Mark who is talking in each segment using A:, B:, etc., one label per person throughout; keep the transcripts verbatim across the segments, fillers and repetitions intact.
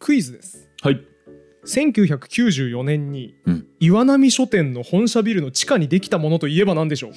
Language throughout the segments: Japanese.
A: クイズです。
B: はい。
A: せんきゅうひゃくきゅうじゅうよねんに、
B: うん、
A: 岩波書店の本社ビルの地下にできたものといえば何でしょう。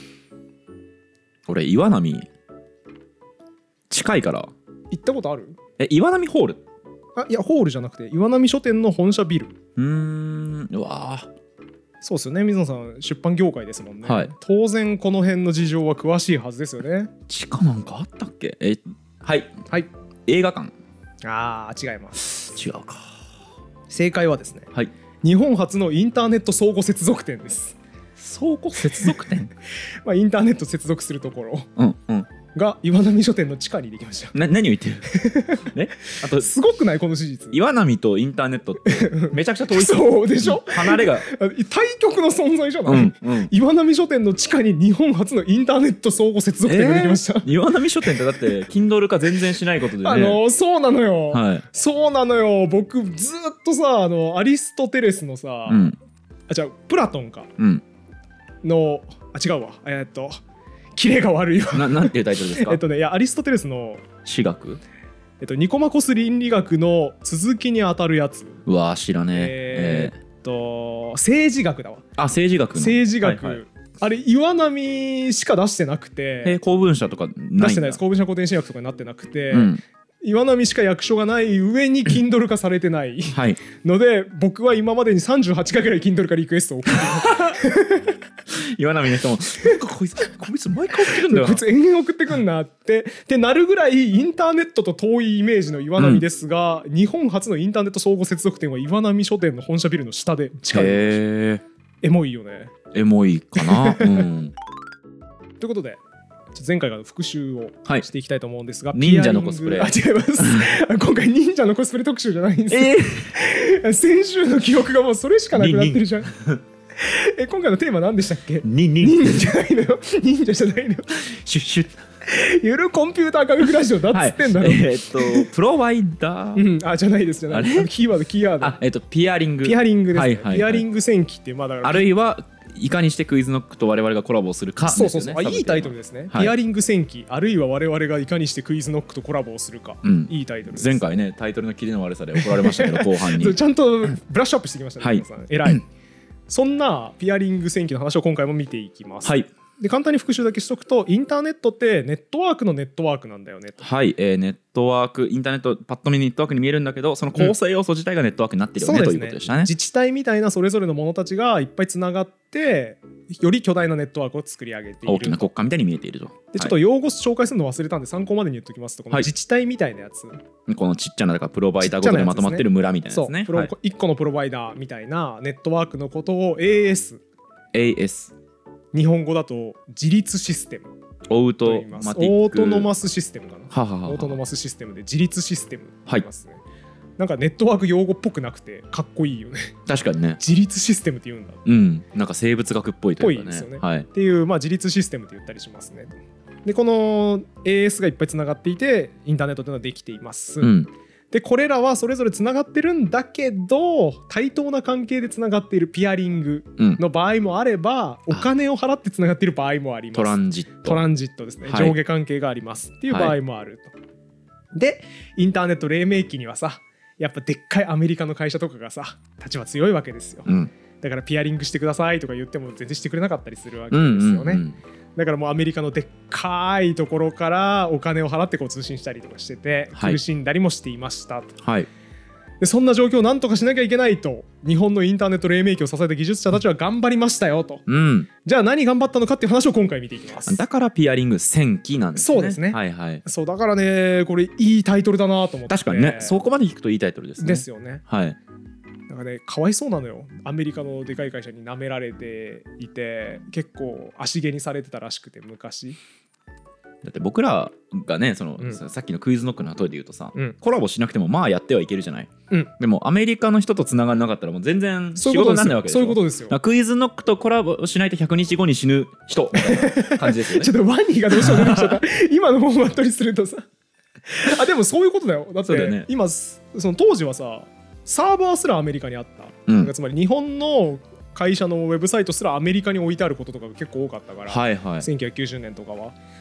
B: 俺岩波近いから
A: 行ったことある？
B: え岩波ホール？
A: あ、いやホールじゃなくて岩波書店の本社ビル。
B: うーん、うわー、
A: そうですよね。水野さん出版業界ですもんね、
B: はい、
A: 当然この辺の事情は詳しいはずですよね。
B: 地下なんかあったっけ？えはい
A: はい
B: 映画館。
A: あー違います。
B: 違うか。
A: 正解はですね、
B: はい、
A: 日本初のインターネット相互接続店です。
B: 相互接続店
A: まあインターネット接続するところ
B: うんうん
A: が岩波書店の地下にできました。
B: な何を言ってるね、あと
A: すごくないこの事実。
B: 岩波とインターネットってめちゃくちゃ遠い
A: そうでしょ。
B: 離れが
A: 対極の存在じゃない、
B: うんうん、
A: 岩波書店の地下に日本初のインターネット相互接続店ができました、
B: えー、岩波書店ってだって Kindle 化全然しないことでね。
A: あのそうなのよ、
B: はい、
A: そうなのよ。僕ずっとさあのアリストテレスのさ、
B: うん、
A: あじゃあプラトンか、
B: うん、
A: のあ違うわえっとキレが悪いわ
B: ななんていうタイトルですか？
A: えっとねいやアリストテレスの
B: 私学、
A: えっとニコマコス倫理学の続きにあたるやつ。
B: うわ知らね
A: え
B: え。
A: ー、っと政治学だわ。
B: あ政治学の
A: 政治学、
B: はいはい、
A: あれ岩波しか出してなくて、
B: え公文社とかないんだ。
A: 出してないです。公文社古典新訳とかになってなくて、
B: うん、
A: 岩波しか役所がない上に Kindle 化されてない
B: はい
A: ので、僕は今までにさんじゅうはちかいぐらい Kindle 化リクエストを送って
B: 岩波の人もなんかこいつこいつ毎回送ってくんだよ
A: こいつ延々送ってくんなってってなるぐらいインターネットと遠いイメージの岩波ですが、うん、日本初のインターネット相互接続店は岩波書店の本社ビルの下で近い。
B: へー、
A: エモいよね。
B: エモいかな、うん、
A: ということで前回から復習をしていきたいと思うんですが、
B: はい、忍者のコスプレ。
A: あ違います今回忍者のコスプレ特集じゃないんですよ、えー、先週の記憶がもうそれしかなくなってるじゃんえ今回のテーマ何でしたっけ？
B: 忍
A: 忍者じゃないのよ。忍者じゃないのよ。
B: シュッシュッ
A: ゆるコンピューター科学ラジオだっつってんだろ、
B: はい、えー、っとプロバイダー、
A: うん、あじゃないですじゃないです。あのキーワードキーワード
B: あ、えー、っとピアリング
A: ピアリングですね、
B: はいはいはい、
A: ピアリング戦記ってまあだから
B: あるいはいかにしてクイズノックと我々がコラボをするか、ね、
A: そうそうそう、あいいタイトルですね、はい、ピアリング戦記あるいは我々がいかにしてクイズノックとコラボをするか、うん、いいタイトルです。
B: 前回ねタイトルのキレの悪さで怒られましたけど後半に
A: ちゃんとブラッシュアップしてきましたね、はい、皆さん偉いそんなピアリング戦記の話を今回も見ていきます。
B: はい。
A: で簡単に復習だけしとくと、インターネットってネットワークのネットワークなんだよねと。
B: はい、えー、ネットワーク、インターネットパッと見ネットワークに見えるんだけど、その構成要素自体がネットワークになってるよね、うん、ということでしたね。
A: 自治体みたいなそれぞれの者たちがいっぱいつながってより巨大なネットワークを作り上げている。
B: 大きな国家みたいに見えていると。
A: でちょっと用語紹介するの忘れたんで参考までに言っておきますと、この自治体みたいなやつ、はい、
B: このちっちゃなだからプロバイダーごとにまとまってる村みたいなやつね。
A: そう、はい、いっこのプロバイダーみたいなネットワークのことを エーエス、
B: エーエス、
A: 日本語だと自立システム
B: オートマティック
A: オートノマスシステムかな。
B: はははは
A: オートノマスシステムで自立システムと言いますね、はい、なんかネットワーク用語っぽくなくてかっこいいよね。確
B: かにね、
A: 自立システムって言うんだ。
B: うん、なんか生物学っぽいというかね。
A: ぽいですよね、
B: はい、
A: っていう、まあ、自立システムって言ったりしますね。でこの エーエス がいっぱいつながっていてインターネットというのはできています、うん、でこれらはそれぞれつながってるんだけど対等な関係でつながっているピアリングの場合もあれば、うん、お金を払ってつながっている場合もあります。
B: トランジット
A: トランジットですね、はい、上下関係がありますっていう場合もあると、はい、でインターネット黎明期にはさやっぱでっかいアメリカの会社とかがさ立場強いわけですよ、うん、だからピアリングしてくださいとか言っても全然してくれなかったりするわけですよね、うんうんうん、だからもうアメリカのでっかいところからお金を払ってこう通信したりとかしてて苦しんだりもしていましたと、はい、でそんな状況をなんとかしなきゃいけないと日本のインターネット黎明期を支えた技術者たちは頑張りましたよと、うん、じゃあ何頑張ったのかっていう話を今回見ていきます。
B: だからピアリング戦記なんですね。
A: そうですね、
B: はいはい、
A: そうだからねこれいいタイトルだなと思って。
B: 確かにね、そこまで聞くといいタイトルですね。
A: ですよね。
B: はい、
A: なんかねかわいそうなのよ。アメリカのでかい会社に舐められていて結構足毛にされてたらしくて昔。
B: だって僕らがねその、うん、さっきのクイズノックの例えで言うとさ、うん、コラボしなくてもまあやってはいけるじゃない、うん、でもアメリカの人とつながらなかったらもう全然仕事にならないわけでしょ。
A: そういうことですよ。
B: クイズノックとコラボしないとひゃくにちごに死ぬ人みたいな感じですよね。
A: ちょっとワニーがどうしても出てきちゃった今のフォーマットにするとさあでもそういうことだよ。だって、ね、今その当時はさサーバーすらアメリカにあった、うん、つまり日本の会社のウェブサイトすらアメリカに置いてあることとかが結構多かったから、はいはい、せんきゅうひゃくきゅうじゅうねんとかは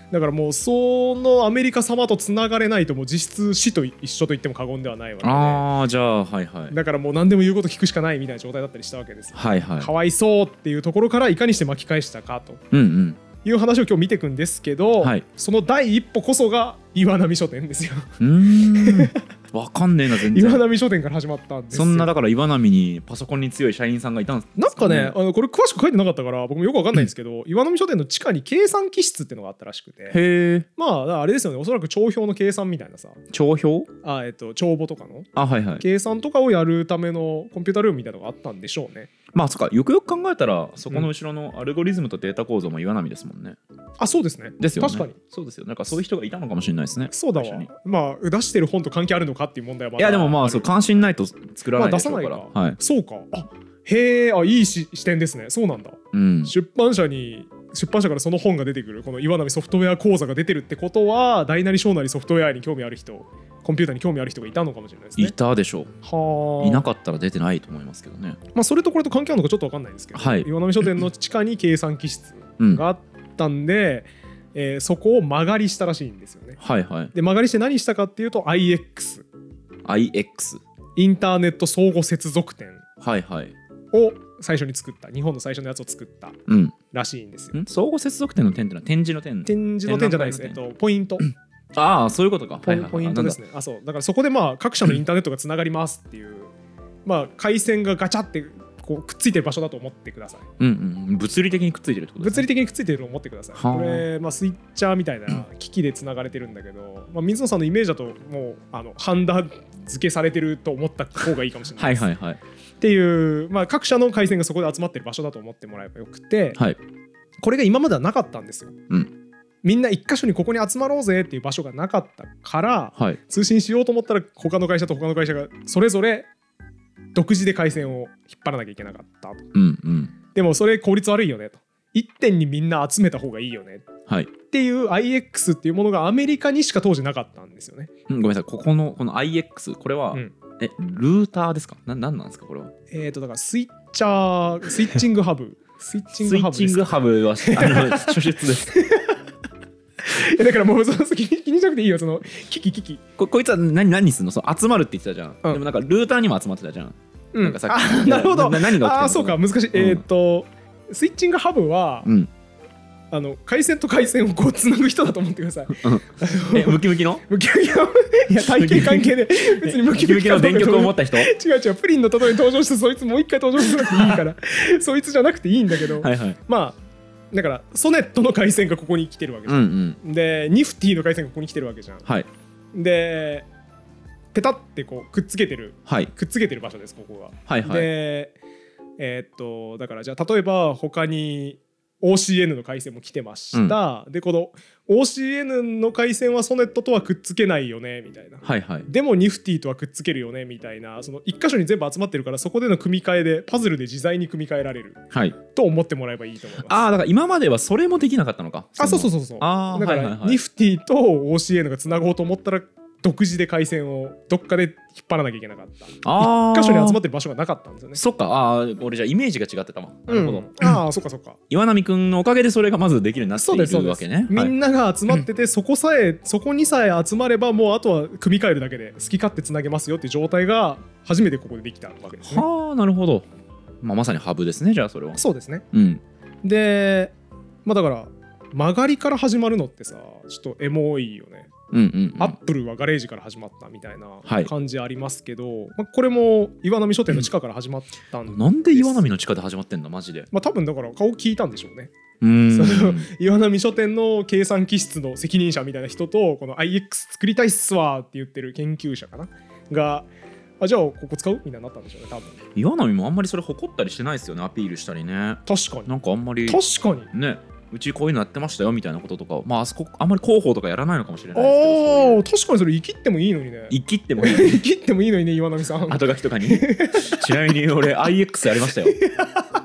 A: だからもうそのアメリカ様とつながれないともう実質死と一緒と言っても過言ではないわけで、
B: ああじゃあはいはい
A: だからもう何でも言うこと聞くしかないみたいな状態だったりしたわけですよ、
B: はいはい、
A: かわいそうっていうところからいかにして巻き返したかと、
B: うんうん
A: いう話を今日見ていくんですけど、はい、その第一歩こそが岩波書店ですよ。
B: うーんわかんねえな全然。
A: 岩波書店から始まったんですよ。
B: そんなだから岩波にパソコンに強い社員さんがいたんですかね。
A: なんかねあのこれ詳しく書いてなかったから僕もよくわかんないんですけど、うん、岩波書店の地下に計算機室っていうのがあったらしくて、
B: へえ。
A: まああれですよね、おそらく帳票の計算みたいなさ、
B: 帳票
A: あ、えっと、帳簿とかの
B: あ、はいはい、
A: 計算とかをやるためのコンピュータルームみたいなのがあったんでしょうね。
B: まあそっか、よくよく考えたらそこの後ろのアルゴリズムとデータ構造も岩波ですもんね。
A: あ、そうですね。
B: ですよね。
A: 確かに
B: そうですよ。なんかそういう人がいたのかもしれないですね。
A: そうだわ。まあ出してる本と関係あるのかっていう問題はまだ、
B: いやでもまあそう関心ないと作らないでしょうから、
A: まあ、出さないか、はい、そうか。あ、へえ、あ、いいし視点ですね。そうなんだ、うん、出版社に出版社からその本が出てくる、この岩波ソフトウェア講座が出てるってことは大なり小なりソフトウェアに興味ある人、コンピューターに興味ある人がいたのかもしれないですね。
B: いたでしょう。はあ。いなかったら出てないと思いますけどね。
A: まあそれとこれと関係あるのかちょっと分かんないんですけど、はい、岩波書店の地下に計算機室があったんで、うん、えー、そこを間借りしたらしいんですよね。
B: はいはい。
A: で間借りして何したかっていうと アイエックス
B: アイエックス
A: インターネット相互接続点
B: はいはい
A: を最初に作った、日本の最初のやつを作ったらしいんですよ。
B: うん、相互接続点の点ってのは点字の点？
A: 点字の点じゃないですね。えっとポイント。
B: ああ、そういうことか。
A: ポイン、はいはいはい、ポイントですね。あ、そう。だからそこでまあ各社のインターネットがつながりますっていう、まあ回線がガチャってこうくっついてる場所だと思ってください。
B: うんうん。物理的にくっついてるってことですね。
A: 物理的にくっついてると思ってください。これまあスイッチャーみたいな機器でつながれてるんだけど、まあ水野さんのイメージだともうあのハンダ付けされてると思った方がいいかもしれないです。
B: はいはいはい。
A: っていう、まあ各社の回線がそこで集まってる場所だと思ってもらえばよくて、はい、これが今まではなかったんですよ。うん。みんな一箇所にここに集まろうぜっていう場所がなかったから、はい、通信しようと思ったら他の会社と他の会社がそれぞれ独自で回線を引っ張らなきゃいけなかったと、うんうん、でもそれ効率悪いよねと、一点にみんな集めた方がいいよね、はい、っていう アイエックス っていうものがアメリカにしか当時なかったんですよね、
B: うん、ごめんなさい、ここのこの アイエックス これは、うん、えルーターですか？な、なんなんですかこれは？
A: えーとだからスイッチャースイッチングハブスイッチングハブですか？
B: スイッチングハブはあの初出です
A: だからもうその気に気にしなくていいよ、その機器機器
B: こ, こいつは何何すんの？その集まるって言ってたじゃん、うん、でもなんかルーターにも集まってたじゃん、うん、なんかさっき
A: なるほど、
B: な何が起きてるの？
A: あ、そうか難しい、うん、えっ、ー、とスイッチングハブは、うん、あの回線と回線をこうつなぐ人だと思ってください、
B: うん、えムキムキの
A: ムキムキのいや体型関係で別にムキムキ
B: の電極を持った人違
A: う違う、プリンの例えに登場してそいつもう一回登場しなくていいからそいつじゃなくていいんだけど、はい、はい、まあだからソネットの回線がここに来てるわけじゃん、うんうん、でニフティの回線がここに来てるわけじゃん、はい、でペタってこうくっつけてる、はい、くっつけてる場所ですここが、はいはい、でえー、っとだからじゃあ例えば他に オーシーエヌ の回線も来てました、うん、でこの オーシーエヌ の回線はソネットとはくっつけないよねみたいな、はいはい、でもニフティとはくっつけるよねみたいな、その一箇所に全部集まってるからそこでの組み替えでパズルで自在に組み替えられる、はい、と思ってもらえばいいと思います。
B: ああ、だから今まではそれもできなかったのか。
A: あ、そうそうそうそう。あ、だから、はいはいはい、ニフティと オーシーエヌ がつなごうと思ったら独自で回線をどっかで引っ張らなきゃいけなかった。あ、一箇所に集まってる場所がなかったんですよね。
B: そっか、ああ、俺じゃあイメージが違ってたわ。なるほど、うん、
A: ああ、そっかそっか。
B: 岩波くんのおかげでそれがまずできるようになっているわけね。
A: みんなが集まってて、はい、そこさえそこにさえ集まればもうあとは組み替えるだけで好き勝手つなげますよっていう状態が初めてここでできたわけですね。
B: はあ、なるほど。まあ、まさにハブですね、じゃあそれは。
A: そうですね、うん、で、まあだから曲がりから始まるのってさちょっとエモいよね。うんうんうん、アップルはガレージから始まったみたいな感じありますけど、はい、まあ、これも岩波書店の地下から始まったんです、うん、
B: なんで岩波の地下で始まってんだマジで。
A: まあ多分だから顔聞いたんでしょうね。うん、その岩波書店の計算機室の責任者みたいな人とこの アイエックス 作りたいっすわって言ってる研究者かなが、あ、じゃあここ使うみたいになったんでしょうね多分。
B: 岩波もあんまりそれ誇ったりしてないですよね、アピールしたりね。
A: 確かに。
B: なんかあんまり
A: 確かに
B: ね、うちこういうのやってましたよみたいなこととか、まああそこあんまり広報とかやらないのかもしれないですけど。ああ、
A: 確かにそれ生きってもいいのにね。
B: 生きってもいい
A: 生きってもいいのにね、岩波さん。
B: 後書きとかにちなみに俺 アイエックス やりましたよ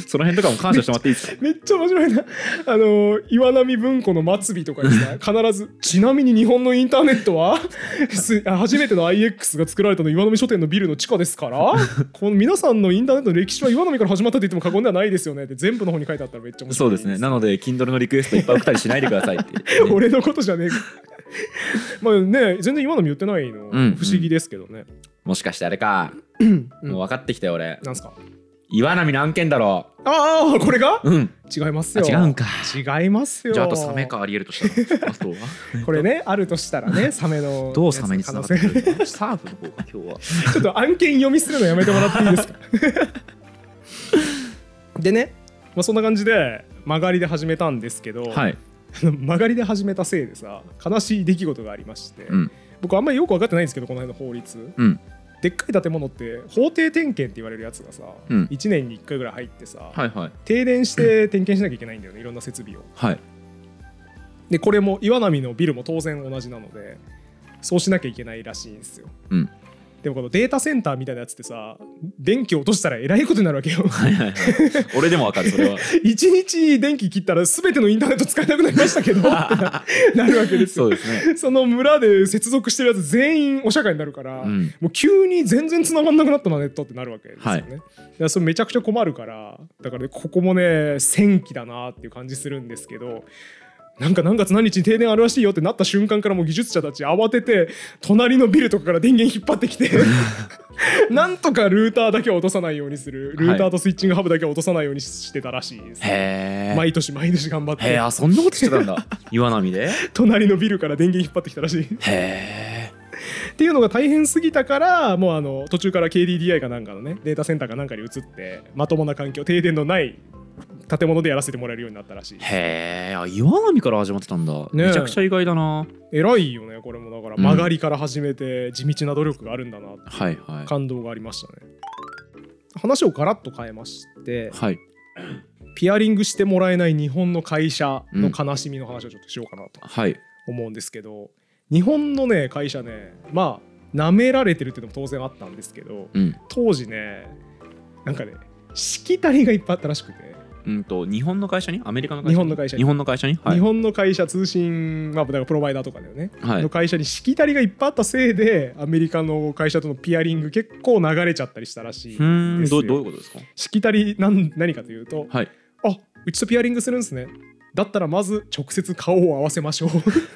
B: その辺とかも感謝してもらっていいですか？
A: めっちゃ面白いな。あの岩波文庫の末尾とかにさ必ずちなみに日本のインターネットは初めての アイエックス が作られたの岩波書店のビルの地下ですからこの皆さんのインターネットの歴史は岩波から始まったと言っても過言ではないですよねって全部の方に書いてあったらめっちゃ面白い。
B: そうですね。なので Kindle のリクエストいっぱい送ったりしないでくださいって、
A: ね、俺のことじゃねえまあね全然岩波言ってないの、うん、不思議ですけどね。
B: もしかしてあれかもう分かってきたよ俺。
A: なんすか？
B: 岩波の案件だろう。
A: ああこれが、うん、違いますよ。
B: 違うんか。
A: 違いますよ。
B: じゃああとサメかありえるとしたらあとは
A: これねあるとしたらねサメの
B: どうサメにつながってくるのサーフの方が今日は
A: ちょっと案件読みするのやめてもらっていいですかでね、まあ、そんな感じで曲がりで始めたんですけど、はい、曲がりで始めたせいでさ悲しい出来事がありまして、うん、僕あんまりよく分かってないんですけどこの辺の法律、うん、でっかい建物って法定点検って言われるやつがさ、うん、いちねんにいっかいぐらい入ってさ、はいはい、停電して点検しなきゃいけないんだよねいろんな設備を、はい、でこれも岩波のビルも当然同じなのでそうしなきゃいけないらしいんですよ、うん、でもこのデータセンターみたいなやつってさ電気落としたらえらいことになるわけよはいはい、はい、
B: 俺でもわかるそれは
A: 一日電気切ったら全てのインターネット使えなくなりましたけどなるわけですよ。そうですね。その村で接続してるやつ全員お社会になるから、うん、もう急に全然繋がんなくなったなネットってなるわけですよね、はい、だからそれめちゃくちゃ困るからだから、ね、ここもね戦記だなっていう感じするんですけどなんか何月何日に停電あるらしいよってなった瞬間からもう技術者たち慌てて隣のビルとかから電源引っ張ってきてなんとかルーターだけは落とさないようにするルーターとスイッチングハブだけは落とさないようにしてたらしいです、ね、へー毎年毎年頑張って
B: へーあそんなことしてたんだ岩波で
A: 隣のビルから電源引っ張ってきたらしいへーっていうのが大変すぎたからもうあの途中から ケーディーディーアイ かなんかのねデータセンターかなんかに移ってまともな環境停電のない建物でやらせてもらえるようになったらしい。
B: へー岩波から始まってたんだ、ね、めちゃくちゃ意外だな。
A: 偉いよねこれもだから曲がりから始めて地道な努力があるんだなって感動がありましたね、はいはい、話をガラッと変えまして、はい、ピアリングしてもらえない日本の会社の悲しみの話をちょっとしようかなと思うんですけど、はい、日本のね会社ねまあ舐められてるっていうのも当然あったんですけど、うん、当時ねなんかねしきたりがいっぱいあったらしくて
B: うんと日本の会社にアメリカの会社に
A: 日本の会社に
B: 日本の会社に、はい、
A: 日本の会社通信、まあ、だからプロバイダーとかだよね、はい、の会社にしきたりがいっぱいあったせいでアメリカの会社とのピアリング結構流れちゃったりしたらしいんですよ。
B: ど, どういうことですか？
A: しきたり 何, 何かというと、はい、あうちとピアリングするんですねだったらまず直接顔を合わせましょう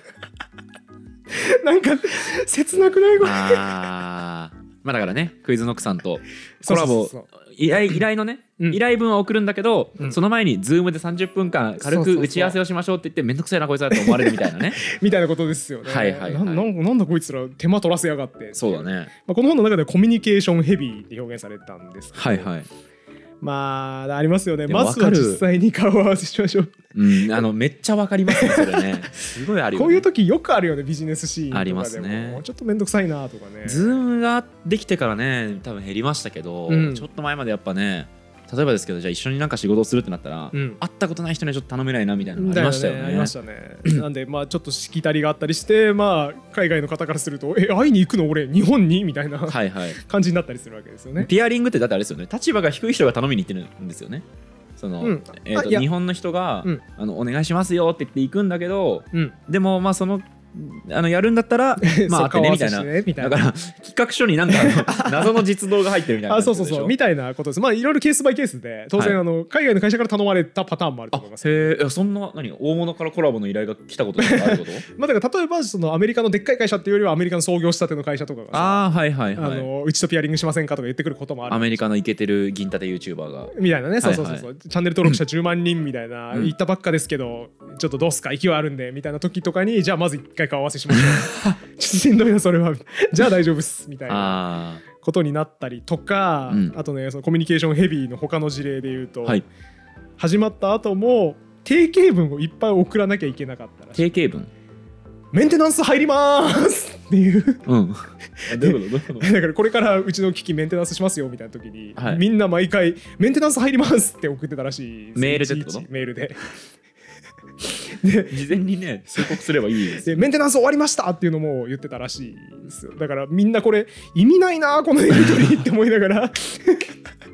A: なんか切なくないこれ
B: あまあだからねクイズノックさんとコラボ依頼、依頼のね、うん、依頼文は送るんだけど、うん、その前にズームでさんじゅっぷんかん軽く打ち合わせをしましょうって言ってめんどくさいなこいつだと思われるみたいなね
A: みたいなことですよね。はいはい、はい、な, な, なんだこいつら手間取らせやがって
B: そうだね、
A: まあ、この本の中ではコミュニケーションヘビーって表現されてたんですけど、はいはい、まあありますよね。まずは実際に顔合わせしましょう
B: うん、あのめっちゃわかりますねそれねすごいあるよね。
A: こういう時よくあるよねビジネスシーンとかでも
B: ありますね。
A: ちょっとめんどくさいなとかね。
B: ズームができてからね多分減りましたけど、うん、ちょっと前までやっぱね例えばですけどじゃあ一緒になんか仕事をするってなったら、うん、会ったことない人にはちょっと頼めないなみたいなのがありましたよね。
A: ありましたねなんでまあちょっとしきたりがあったりしてまあ海外の方からするとえ会いに行くの俺日本にみたいな、はいはい、感じになったりするわけですよね。
B: ピアリングってだってあれですよね立場が低い人が頼みに行ってるんですよね。その、うんえー、と日本の人が、うん、あのお願いしますよって言って行くんだけど、うん、でもまあそのあのやるんだったらまああってねみたいな、ね、だから企画書になんかあの謎の実動が入ってるみたいな
A: あそうそうそうみたいなことです。まあいろいろケースバイケースで当然、はい、あの海外の会社から頼まれたパターンもあると思います。
B: へえそんな何大物からコラボの依頼が来たことがあること
A: まあだから例えばそのアメリカのでっかい会社っていうよりはアメリカの創業したての会社とかが
B: あ、はいはいはい、
A: あのうちとピアリングしませんかとか言ってくることもある。
B: アメリカのイケてる銀盾 YouTuber が
A: みたいなねそうそうそうそう、はいはい、チャンネル登録者じゅうまんにんみたいな、うん、言ったばっかですけどちょっとどうすか勢いあるんでみたいな時とかにじゃあまず一回顔合わせしましょうちょっとしんどいなそれはじゃあ大丈夫っすみたいなことになったりとか、うん、あとねそのコミュニケーションヘビーの他の事例で言うと、はい、始まった後も定型文をいっぱい送らなきゃいけなかったらしい。
B: 定型文
A: メンテナンス入りますっていう、うん、
B: どういうことどういうこと
A: だからこれからうちの機器メンテナンスしますよみたいな時に、はい、みんな毎回メンテナンス入りますって送ってたらしい。
B: メールでってこと？
A: メールで
B: で事前にね通告すればいいです。
A: でメンテナンス終わりましたっていうのも言ってたらしいですよ。だからみんなこれ意味ないなこのやり取りって思いながら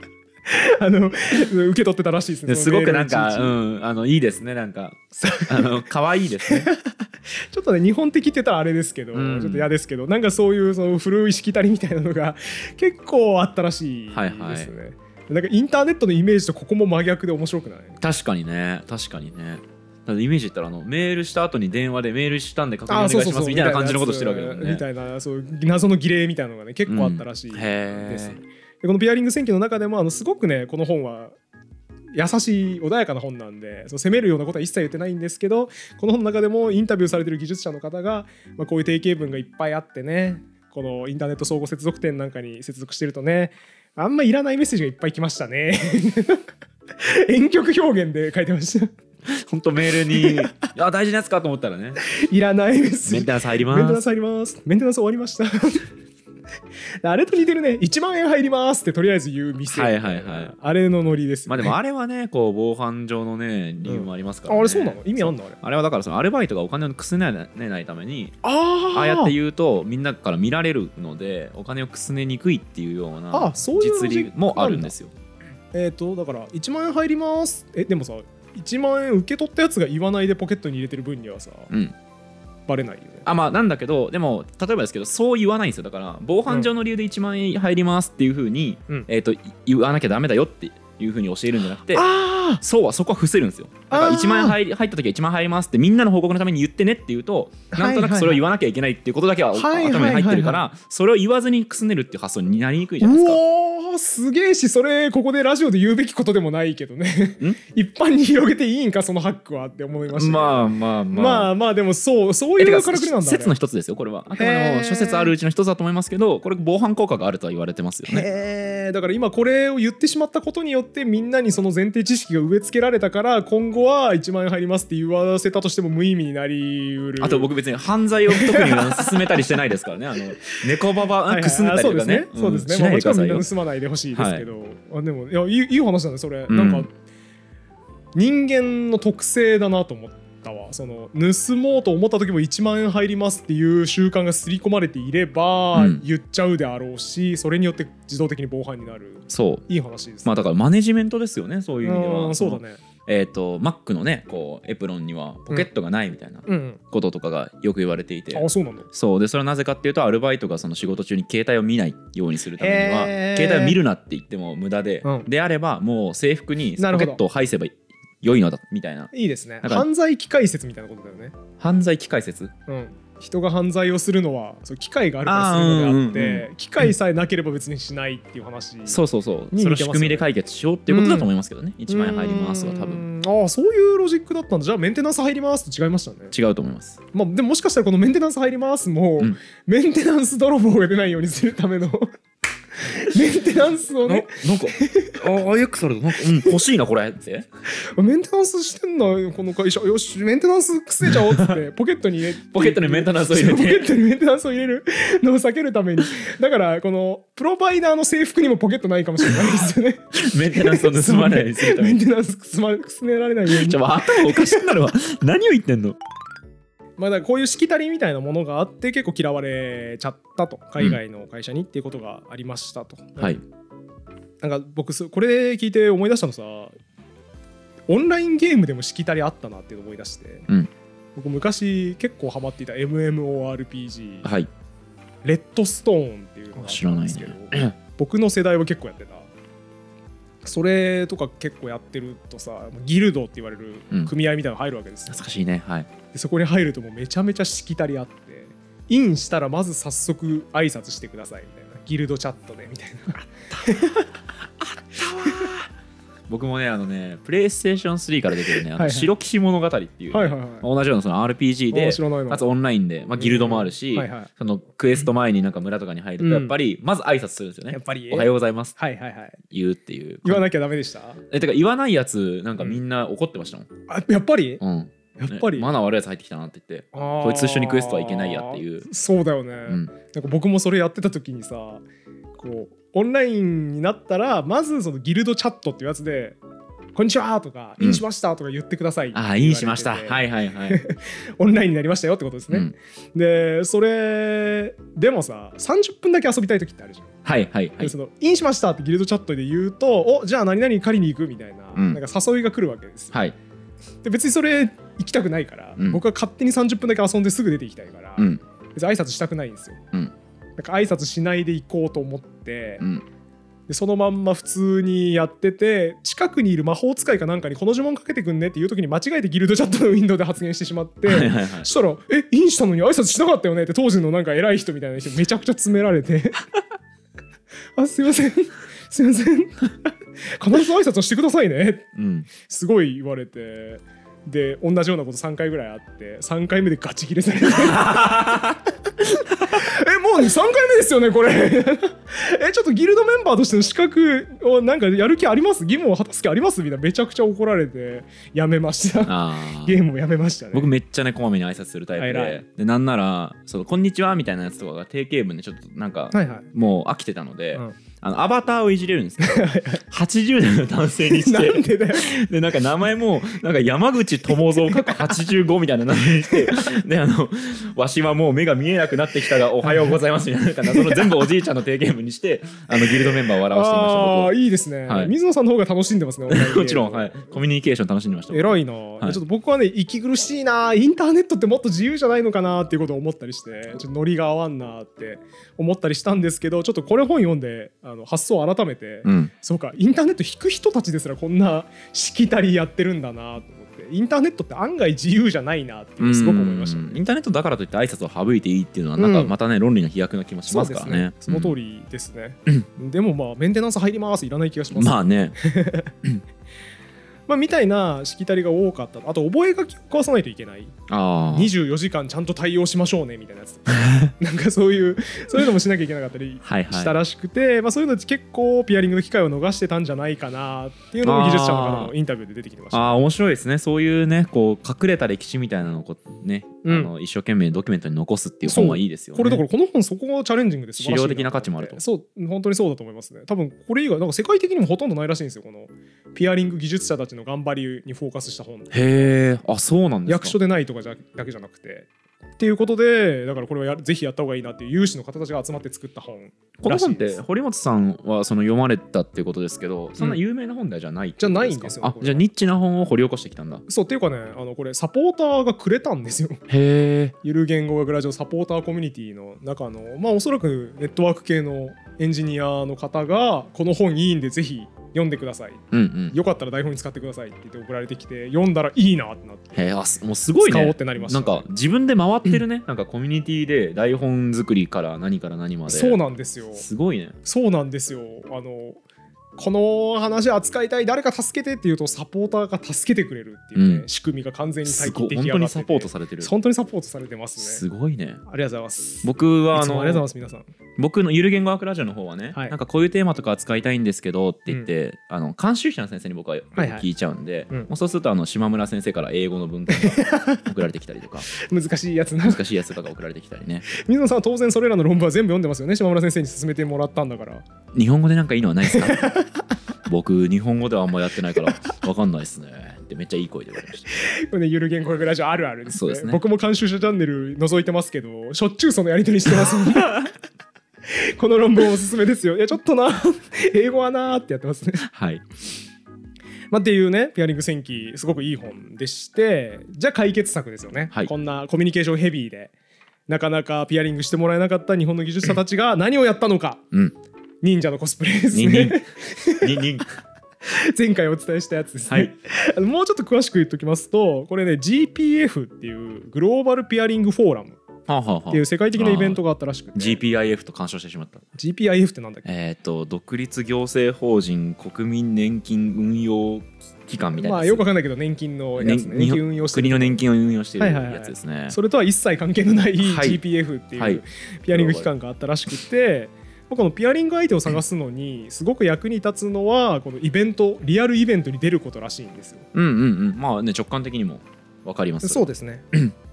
A: あの受け取ってたらしいですね。
B: すごくなんか、うん、あのいいですね。なんかあの可愛いですね。
A: ちょっとね日本的って言ったらあれですけど、うん、ちょっと嫌ですけど、なんかそういうその古いしきたりみたいなのが結構あったらしいですね。はいはい、なんかインターネットのイメージとここも真逆で面白くない？
B: 確かにね、確かにね。だイメージ言ったらあのメールした後に電話でメールしたんで確認お願いしますみたいな感じのことしてるわけだもんね。
A: みたいなそう謎の儀礼みたいなのがね結構あったらしいです、うん、でこのピアリング戦記の中でもあのすごくねこの本は優しい穏やかな本なんでそう責めるようなことは一切言ってないんですけど、この本の中でもインタビューされてる技術者の方が、まあ、こういう定型文がいっぱいあってね、このインターネット相互接続点なんかに接続してるとねあんまいらないメッセージがいっぱい来ましたね婉曲表現で書いてました
B: 本当メールにあ大事なやつかと思ったらね
A: いらないメッセージ。
B: メンテナンス入ります。
A: メンテナンス入りますメンテナンス終わりましたあれと似てるね。いちまんえん入りますってとりあえず言う店、
B: はいはいはい、
A: あれのノリですよね。
B: まあでもあれはねこう防犯上のね理由もありますからね、
A: うん、あれそうなの？意味あんの？あれ
B: あれはだからそのアルバイトがお金をくすねないために あ, ああやって言うとみんなから見られるのでお金をくすねにくいっていうような実利もあるんですよ。
A: えっ、ー、とだからいちまんえん入りますえでもさいちまんえん受け取ったやつが言わないでポケットに入れてる分にはさ、うん、バレないよね。
B: あまあなんだけどでも例えばですけどそう言わないんですよ。だから防犯上の理由でいちまんえん入りますっていう風に、うんえー、と言わなきゃダメだよっていう風に教えるんじゃなくて、あそうはそこは伏せるんですよ。だからいちまんえん入り入った時はいちまんえん入りますってみんなの報告のために言ってねって言うと、なんとなくそれを言わなきゃいけないっていうことだけは頭に入ってるからそれを言わずにくすねるっていう発想になりにくいじゃないですか。
A: おーすげえし、それここでラジオで言うべきことでもないけどね一般に広げていいんかそのハックはって思いました、ね、
B: まあまあまあ
A: まあまあでもそうそういうからくりなんだ。
B: 説の一つですよこれは。あくまでも諸説あるうちの一つだと思いますけど、これ防犯効果があるとは言われてますよね。
A: へだから今これを言ってしまったことによってみんなにその前提知識が植え付けられたから、今後はいちまんえん入りますって言わせたとしても無意味になりうる。
B: あと僕別に犯罪を特に進めたりしてないですからねあの猫ババくすんでたりとかね。
A: そうですね、うん、まあ、もちろんみんな盗まないでほしいですけど、はい、あでもいやいい、いい話だねそれ、うん、なんか人間の特性だなと思ったわ。その盗もうと思った時もいちまんえん入りますっていう習慣が刷り込まれていれば、うん、言っちゃうであろうし、それによって自動的に防犯になる。
B: そう
A: いい話です、ね、
B: まあだからマネジメントですよねそういう意味では。
A: そうだね。
B: えーと、Mac のねこうエプロンにはポケットがないみたいなこととかがよく言われていて、
A: うんうん、あそうなんだ。
B: そうでそれはなぜかっていうとアルバイトがその仕事中に携帯を見ないようにするためには携帯を見るなって言っても無駄で、うん、であればもう制服にポケットを配せば良いのだみたいな。
A: いいですね。犯罪機械説みたいなことだよね。
B: 犯罪機械説、
A: うん人が犯罪をするのはそう機械があるからするのであって、うんうんうん、機械さえなければ別にしないっていう話、ね、
B: そうそうそうそれを仕組みで解決しようっていうことだと思いますけどね、うん、いちまんえん入りますは多分。
A: ああそういうロジックだったんだ。じゃあメンテナンス入りますと違いましたね。
B: 違うと思います、
A: まあ、でももしかしたらこのメンテナンス入りますも、うん、メンテナンス泥棒が出ないようにするためのメンテナンスをね
B: な, なんかあ アイエックス あるとなんか、うん、欲しいなこれって
A: メンテナンスしてんだこの会社よしメンテナンスくせちゃおうってポケットに入れ
B: ポケットにメンテナンスを入れて
A: ポケットにメンテナンスを入れるのを避けるためにだからこのプロバイダーの制服にもポケットないかもしれないですよね
B: メンテナンスを盗まないようにするために
A: メンテナンスくすねられないように。
B: ちょ頭おかしくなるわ何を言ってんの。
A: まあ、だからこういうしきたりみたいなものがあって結構嫌われちゃったと海外の会社にっていうことがありましたと、うん、はい。なんか僕これ聞いて思い出したのさ、オンラインゲームでもしきたりあったなっていうのを思い出して、うん、僕昔結構ハマっていた エムエムオーアールピージー、はい、レッドストーンっていうのがあったんですけど、ね、僕の世代は結構やってた。それとか結構やってるとさギルドって言われる組合みたいなの入るわけですよ、
B: うん、懐かしいね、はい、
A: でそこに入るともうめちゃめちゃしきたりあって、インしたらまず早速挨拶してくださいみたいな、ギルドチャットでみたいなあったあったわ
B: 僕もねあのねプレイステーションスリーから出てるねあの白騎士物語っていう、ねはいはいはいまあ、同じようなその アールピージー でかつオンラインで、まあ、ギルドもあるし、はいはい、そのクエスト前になんか村とかに入るとやっぱりまず挨拶するんですよね、うん、やっぱりおはようございますって言うっていう、はいはいはい、
A: 言わなきゃダメでした。
B: えてか言わないやつなんかみんな怒ってましたもん、うん、
A: あやっぱり、
B: うん
A: やっぱり、
B: ね、マナー悪いやつ入ってきたなって言ってこいつ一緒にクエストはいけないやっていう。
A: そうだよね、うん、なんか僕もそれやってた時にさこうオンラインになったらまずそのギルドチャットっていうやつでこんにちはとか、うん、インしましたとか言ってください。
B: あ、インしました。はいはいはい。
A: オンラインになりましたよってことですね。うん、で、それでもさ、さんじゅっぷんだけ遊びたい時ってあるじゃん。
B: はいはいはい。
A: そのインしましたってギルドチャットで言うと、お、じゃあ何々借りに行くみたいな、うん、なんか誘いが来るわけですよ。はい。で、別にそれ行きたくないから、うん、僕は勝手にさんじゅっぷんだけ遊んですぐ出て行きたいから、うん、別に挨拶したくないんですよ。うん、なんか挨拶しないで行こうと思って、うん、でそのまんま普通にやってて、近くにいる魔法使いかなんかにこの呪文かけてくんねっていう時に間違えてギルドチャットのウィンドウで発言してしまって、はいはいはい、そしたら「えインしたのに挨拶しなかったよね」って当時のなんか偉い人みたいな人めちゃくちゃ詰められてあ、すいませんすいません必ず挨拶をしてくださいね、うん、すごい言われて、で同じようなことさんかいぐらいあってさんかいめでガチギレされてえもうさんかいめですよねこれえちょっとギルドメンバーとしての資格をなんかやる気あります、義務を果たす気ありますみたいなめちゃくちゃ怒られてやめましたゲームをやめましたね。
B: 僕めっちゃねこまめに挨拶するタイプ で, でなんならそのこんにちはみたいなやつとかが定型文でちょっとなんか、はいはい、もう飽きてたので、うん、あのアバターをいじれるんですけどはちじゅう代の男性にしてなんでだよでなんか名前もなんか山口智蔵かっこはちじゅうごみたいな名前にしてであのわしはもう目が見えなくなってきたがおはようございますみたいななんかその全部おじいちゃんの定型文にしてあのギルドメンバーを笑わせていました。
A: ああいいですね、はい、水野さんの方が楽しんでますね
B: もちろん、はい、コミュニケーション楽しんでました。
A: 偉いな、はい、ちょっと僕はね息苦しいな、インターネットってもっと自由じゃないのかなっていうことを思ったりしてちょっとノリが合わんなって思ったりしたんですけど、ちょっとこれ本読んであの発想を改めて、うん、そうかインターネット引く人たちですらこんなしきたりやってるんだなと思って、インターネットって案外自由じゃないなっていうすごく思いました、ね、
B: インターネットだからといって挨拶を省いていいっていうのはなんかまたね、うん、論理の飛躍な気もしますからね。
A: その通りですね、うん、でもまあメンテナンス入りますいらない気がします、
B: まあね
A: まあ、みたいなしきたりが多かった。あと覚書きを交わさないといけない、あにじゅうよじかんちゃんと対応しましょうねみたいなやつなんかそういうそういうのもしなきゃいけなかったりしたらしくてはい、はい、まあ、そういうの結構ピアリングの機会を逃してたんじゃないかなっていうのも技術者の方のインタビューで出てきてました、ね、
B: ああ面白いですね。そういうねこう隠れた歴史みたいなのをこうね、うん、あの一生懸命ドキュメントに残すっていう本はいいですよね。
A: これだからこの本そこがチャレンジングで素晴らしいな。
B: 資料的な価値もあると。
A: そう本当にそうだと思いますね。多分これ以外なんか世界的にもほとんどないらしいんですよ。このピアリング技術者たちの頑張りにフォーカスした本で。
B: へー、あそうなんですか。
A: 役所でないとかじゃだけじゃなくてっていうことで、だからこれはやぜひやった方がいいなっていう有志の方たちが集まって作った本。
B: この本って堀本さんはその読まれたっていうことですけど、そんな有名な本ではじゃない、うん、
A: じゃないんですよ。
B: あじゃあニッチな本を掘り起こしてきたんだ。
A: そうっていうかね、あのこれサポーターがくれたんですよ。
B: へー。
A: ゆる言語学ラジオサポーターコミュニティの中のまあおそらくネットワーク系のエンジニアの方がこの本いいんでぜひ読んでください、うんうん、よかったら台本に使ってくださいって言って送られてきて読んだらいいなってなって、
B: へー、もうすごいね。
A: 使おうってなりました、ね、
B: なんか自分で回ってるね、うん、なんかコミュニティで台本作りから何から何まで。
A: そうなんですよ。
B: すごいね。
A: そうなんですよ。あのこの話扱いたい誰か助けてっていうとサポーターが助けてくれるっていうね、うん、仕組みが完全に最近出来上がってて、
B: 本当にサポートされてる。
A: 本当にサポートされてますね。
B: すごいね。
A: ありがとうございます。
B: 僕はあの
A: いつもありがとうございます皆さん。
B: 僕のゆる言語学ラジオの方はね、はい、なんかこういうテーマとか扱いたいんですけどって言って、うん、あの監修者の先生に僕は聞いちゃうんで、はいはい、うん、もうそうするとあの島村先生から英語の文献が送られてきたりとか
A: 難しいやつな
B: 難しいやつとかが送られてきたりね。
A: 水野さんは当然それらの論文は全部読んでますよね。島村先生に勧めてもらったんだから。
B: 日本語でなんかいいのはないですか僕日本語ではあんまやってないから分かんないですねってめっちゃいい声で言われました。
A: これねゆる言語学ラジオあるあるですね。
B: そうですね。
A: 僕も監修者チャンネル覗いてますけどしょっちゅうそのやり取りしてますんでこの論文おすすめですよ。いやちょっとな英語はなーってやってますね。
B: はい、
A: まあ、っていうねピアリング戦記すごくいい本でして、じゃあ解決策ですよね、はい、こんなコミュニケーションヘビーでなかなかピアリングしてもらえなかった日本の技術者たちが何をやったのか、うん、忍者のコスプレですね。
B: 忍忍
A: 前回お伝えしたやつですね、はい、もうちょっと詳しく言っておきますとこれね ジーピーエフ っていうグローバルピアリングフォーラムっていう世界的なイベントがあったらしくて、
B: ジーピーアイエフ と干渉してしまった。
A: ジーピーアイエフ ってなんだっけ。
B: えっと独立行政法人国民年金運用機関みたいな、
A: まあよくわかんないけど年金のやつね、年金運用してる
B: 国の年金を運用してるやつですね、はいはいはい、
A: それとは一切関係のない ジーピーエフ っていうピアリング機関があったらしくて、このピアリング相手を探すのにすごく役に立つのはこのイベントリアルイベントに出ることらしいんですよ。
B: うんうんうん。まあね直感的にも分かります。
A: そうですね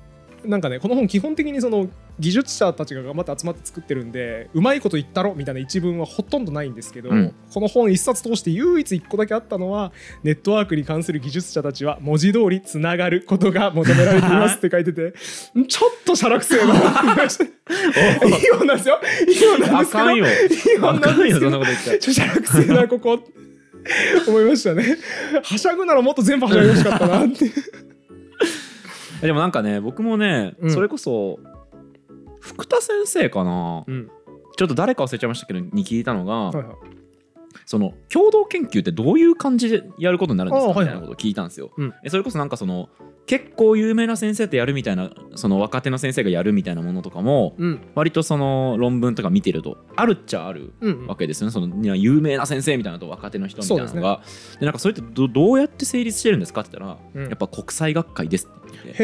A: なんかねこの本基本的にその技術者たちが頑張って集まって作ってるんでうまいこと言ったろみたいな一文はほとんどないんですけど、うん、この本一冊通して唯一一個だけあったのはネットワークに関する技術者たちは文字通りつながることが求められていますって書いててちょっとシャラくせえなって言いましたいい本なんですよいい本なんですけど
B: あかんよ
A: いい本なんですけどちょシャラくせえなここ思いましたねはしゃぐならもっと全部はしゃいでほしかったなって
B: でもなんかね僕もね、うん、それこそ福田先生かな、うん、ちょっと誰か忘れちゃいましたけどに聞いたのが、はいはい、その共同研究ってどういう感じでやることになるんですかみたいなことを聞いたんですよ、はいはい、それこそなんかその結構有名な先生とやるみたいなその若手の先生がやるみたいなものとかも、うん、割とその論文とか見てるとあるっちゃあるわけですよね、うんうん、その有名な先生みたいなと若手の人みたいなのが で,、ね、でなんかそれって ど, どうやって成立してるんですかって言ったら、うん、やっぱ国際学会ですって言って、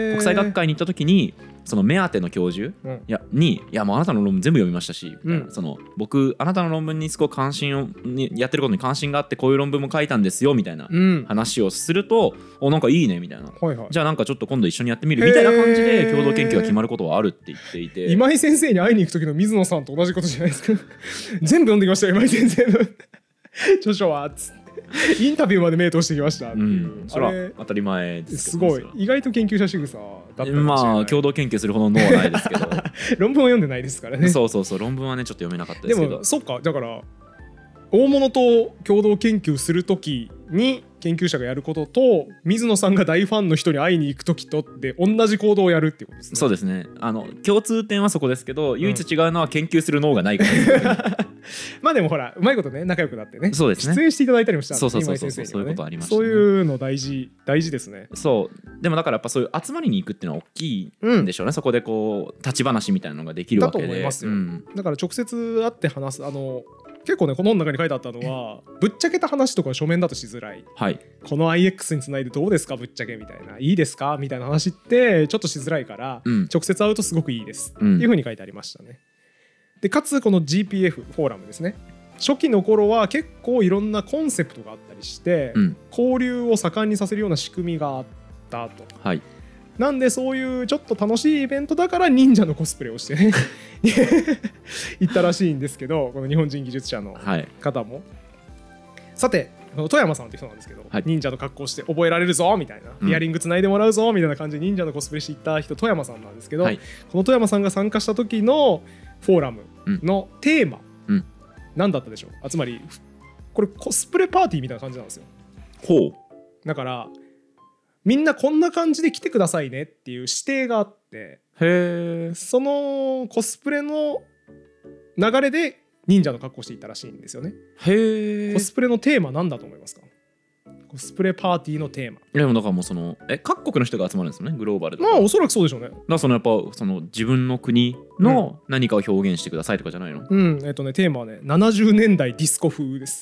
B: 国際学会に行った時にその目当ての教授、うん、いやにいやもうあなたの論文全部読みましたし、うん、その僕あなたの論文にすごい関心をにやってることに関心があってこういう論文も書いたんですよみたいな話をすると、うん、おなんかいいねみたいな、はいはい、じゃあなんかちょっと今度一緒にやってみるみたいな感じで共同研究が決まることはあるって言っていて、
A: 今井先生に会いに行く時の水野さんと同じことじゃないですか全部読んできましたよ今井先生の著書はつってインタビューまで目通してきましたっていう、
B: うん、それは当たり前ですけど、
A: すごい意外と研究者仕草だったかもしれない。
B: まあ共同研究するほどの脳はないですけど
A: 論文を読んでないですからね。
B: そうそうそう論文はねちょっと読めなかったですけど、
A: でもそっかだから大物と共同研究するときに研究者がやることと水野さんが大ファンの人に会いに行くときとって同じ行動をやるっていうことですね。
B: そうですね、あの共通点はそこですけど唯一違うのは研究する脳がないからです、ね、
A: まあでもほらうまいことね仲良くなってね、
B: そうですね、
A: 出演していただいたりもしたんで、
B: そうそうそうそうそう、そういうことありましたね。
A: そういうの大事大事ですね。
B: そうでもだからやっぱそういう集まりに行くっていうのは大きいんでしょうね、うん、そこでこう立ち話みたいなのができるわけで
A: だと思いますよ、うん、だから直接会って話すあの結構ねこの本の中に書いてあったのはぶっちゃけた話とか書面だとしづらい、はい、この アイエックス につないでどうですかぶっちゃけみたいないいですかみたいな話ってちょっとしづらいから、うん、直接会うとすごくいいです、うん、っていう風に書いてありましたね。でかつこの ジーピーエフ フォーラムですね、初期の頃は結構いろんなコンセプトがあったりして、うん、交流を盛んにさせるような仕組みがあったと、はい、なんでそういうちょっと楽しいイベントだから忍者のコスプレをしてね行ったらしいんですけどこの日本人技術者の方も、はい、さて富山さんって人なんですけど、はい、忍者の格好して覚えられるぞみたいな、うん、イヤリングつないでもらうぞみたいな感じで忍者のコスプレしていった人富山さんなんですけど、はい、この富山さんが参加した時のフォーラムのテーマ、うん、何だったでしょう。つまりこれコスプレパーティーみたいな感じなんですよ。
B: ほう
A: だからみんなこんな感じで来てくださいねっていう指定があって、へー、そのコスプレの流れで忍者の格好していったらしいんですよね。へー。コスプレのテーマ何だと思いますか。コスプレパーティーのテーマ。
B: でもだからもうそのえ各国の人が集まるんですよねグローバルで。
A: まあおそらくそうでしょうね。だか
B: らそのやっぱその自分の国の何かを表現してくださいとかじゃないの。
A: うん、えっとねテーマはねななじゅうねんだいディスコ風です。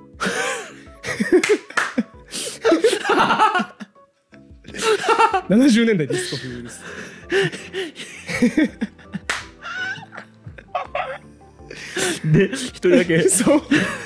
A: ななじゅうねんだいディスコ風です。
B: で一人だけ
A: そう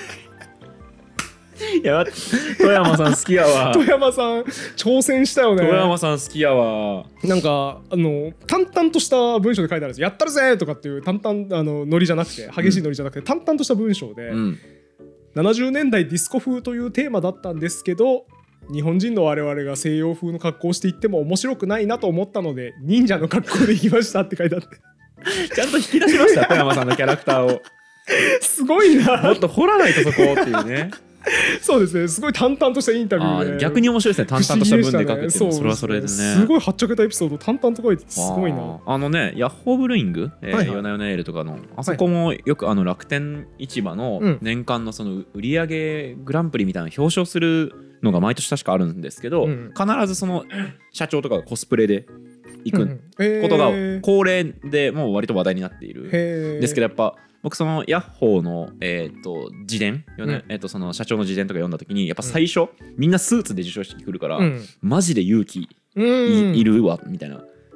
B: いや富山さん好きやわ。
A: 富山さん挑戦したよね。
B: 富山さん好きやわ。
A: なんかあの淡々とした文章で書いてあるんです。やったるぜとかっていう淡々あのノリじゃなくて激しいノリじゃなくて、うん、淡々とした文章で、うん、ななじゅうねんだいディスコ風というテーマだったんですけど日本人の我々が西洋風の格好をしていっても面白くないなと思ったので忍者の格好で行きましたって書いてあって
B: ちゃんと引き出しました富山さんのキャラクターを。
A: すごいな。
B: もっと掘らないとそこっていうね。
A: そうですねすごい淡々としたインタビューで
B: 逆に面白いですね淡々とした文で書くっていうのもそれはそれでね
A: すごいはっちゃけたエピソード淡々と書いててすごいな。
B: あのねヤッホーブルーイング、えーはいはい、ヨナヨナエールとかのあそこもよくあの楽天市場の年間のその売上グランプリみたいなの表彰するのが毎年確かあるんですけど、うん、必ずその社長とかがコスプレで行くことが恒例でもう割と話題になっているんですけどやっぱ僕そのヤッホーの、えー、と自伝、うんえー、とその社長の自伝とか読んだ時にやっぱ最初、うん、みんなスーツで授賞式来るから、うん、マジで勇気 い, いるわみたいな